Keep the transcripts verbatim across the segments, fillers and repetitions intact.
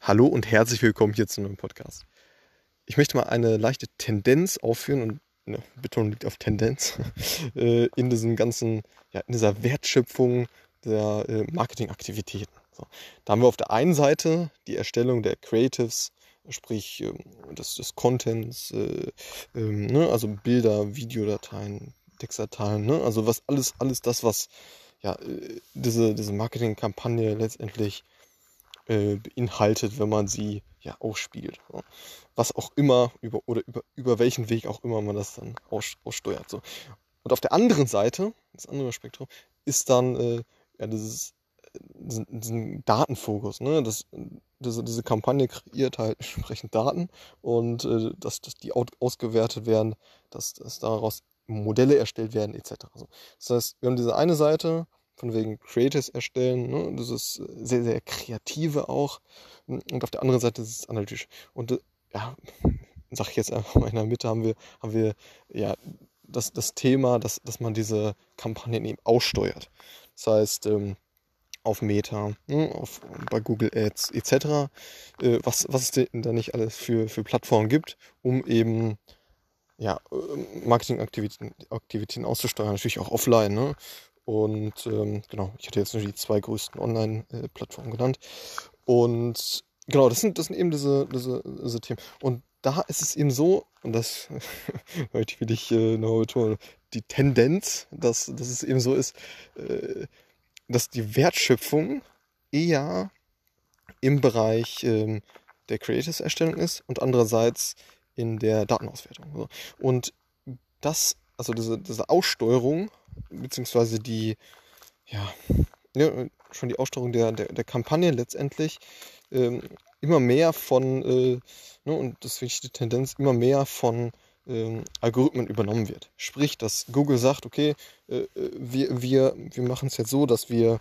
Hallo und herzlich willkommen hier zu einem Podcast. Ich möchte mal eine leichte Tendenz aufführen und eine Betonung liegt auf Tendenz äh, in diesem ganzen, ja, in dieser Wertschöpfung der äh, Marketingaktivitäten. So. Da haben wir auf der einen Seite die Erstellung der Creatives, sprich ähm, des, des Contents, äh, ähm, ne, also Bilder, Videodateien, Textdateien, ne, also was alles, alles das, was ja äh, diese, diese Marketingkampagne letztendlich äh, beinhaltet, wenn man sie ja ausspielt. So. Was auch immer, über, oder über, über welchen Weg auch immer man das dann aus, aussteuert. So. Und auf der anderen Seite, das andere Spektrum, ist dann äh, ja, dieses, diesen, diesen Datenfokus. Ne? Das, diese, diese Kampagne kreiert halt entsprechend Daten und äh, dass, dass die ausgewertet werden, dass, dass daraus Modelle erstellt werden, et cetera. So. Das heißt, wir haben diese eine Seite, von wegen Creators erstellen, ne? Das ist sehr, sehr kreative auch. Und auf der anderen Seite ist es analytisch. Und äh, ja, sag ich jetzt einfach mal in der Mitte haben wir, haben wir ja das, das Thema, dass, dass man diese Kampagnen eben aussteuert. Das heißt, ähm, auf Meta, ne, auf, bei Google Ads et cetera, äh, was, was es denn da nicht alles für, für Plattformen gibt, um eben ja, Marketingaktivitäten Aktivitäten auszusteuern, natürlich auch offline. Ne? Und ähm, genau, ich hatte jetzt nur die zwei größten Online-Plattformen genannt. Und genau, das sind, das sind eben diese, diese, diese Themen. Und da ist es eben so, und das möchte ich wirklich äh, nochmal betonen, die Tendenz, dass, dass es eben so ist, äh, dass die Wertschöpfung eher im Bereich ähm, der Creatives-Erstellung ist und andererseits in der Datenauswertung. So. Und das, also diese, diese Aussteuerung, beziehungsweise die, ja, ja, schon die Aussteuerung der, der, der Kampagne letztendlich ähm, immer mehr von, äh, ne, und das finde ich die Tendenz, immer mehr von ähm, Algorithmen übernommen wird. Sprich, dass Google sagt, okay, äh, wir, wir, wir machen es jetzt so, dass wir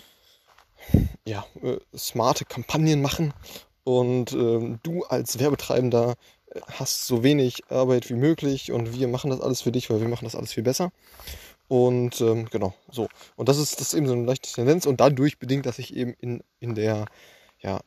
ja, äh, smarte Kampagnen machen und ähm, du als Werbetreibender äh, hast so wenig Arbeit wie möglich und wir machen das alles für dich, weil wir machen das alles viel besser. Und ähm, genau, so. Und das ist, das ist eben so eine leichte Tendenz und dadurch bedingt, dass ich eben in, in der ja,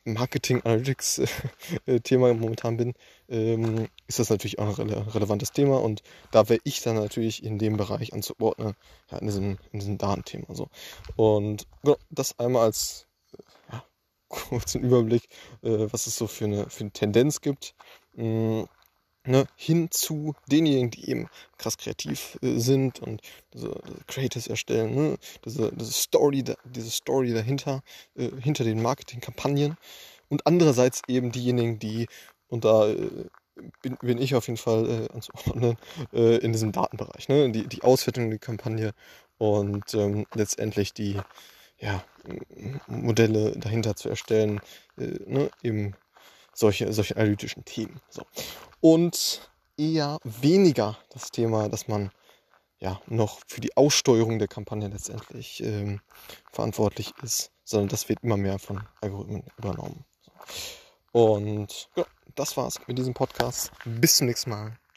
Marketing-Analytics-Thema momentan bin, ähm, ist das natürlich auch ein rele relevantes Thema und da wäre ich dann natürlich in dem Bereich anzuordnen, ja, in diesem, in diesem Datenthema. So. Und genau, das einmal als ja, kurzen Überblick, äh, was es so für eine, für eine Tendenz gibt. Mm, Ne, hin zu denjenigen, die eben krass kreativ äh, sind und diese, diese Creators erstellen, ne, diese, diese, Story, da, diese Story dahinter, äh, hinter den Marketingkampagnen und andererseits eben diejenigen, die, und da äh, bin, bin ich auf jeden Fall äh, anzuordnen, äh, in diesem Datenbereich, ne, die, die Auswertung der Kampagne und ähm, letztendlich die ja, Modelle dahinter zu erstellen, äh, ne, eben solche, solche analytischen Themen. So. Und eher weniger das Thema, dass man ja noch für die Aussteuerung der Kampagne letztendlich ähm, verantwortlich ist, sondern das wird immer mehr von Algorithmen übernommen. So. Und ja, das war's mit diesem Podcast. Bis zum nächsten Mal.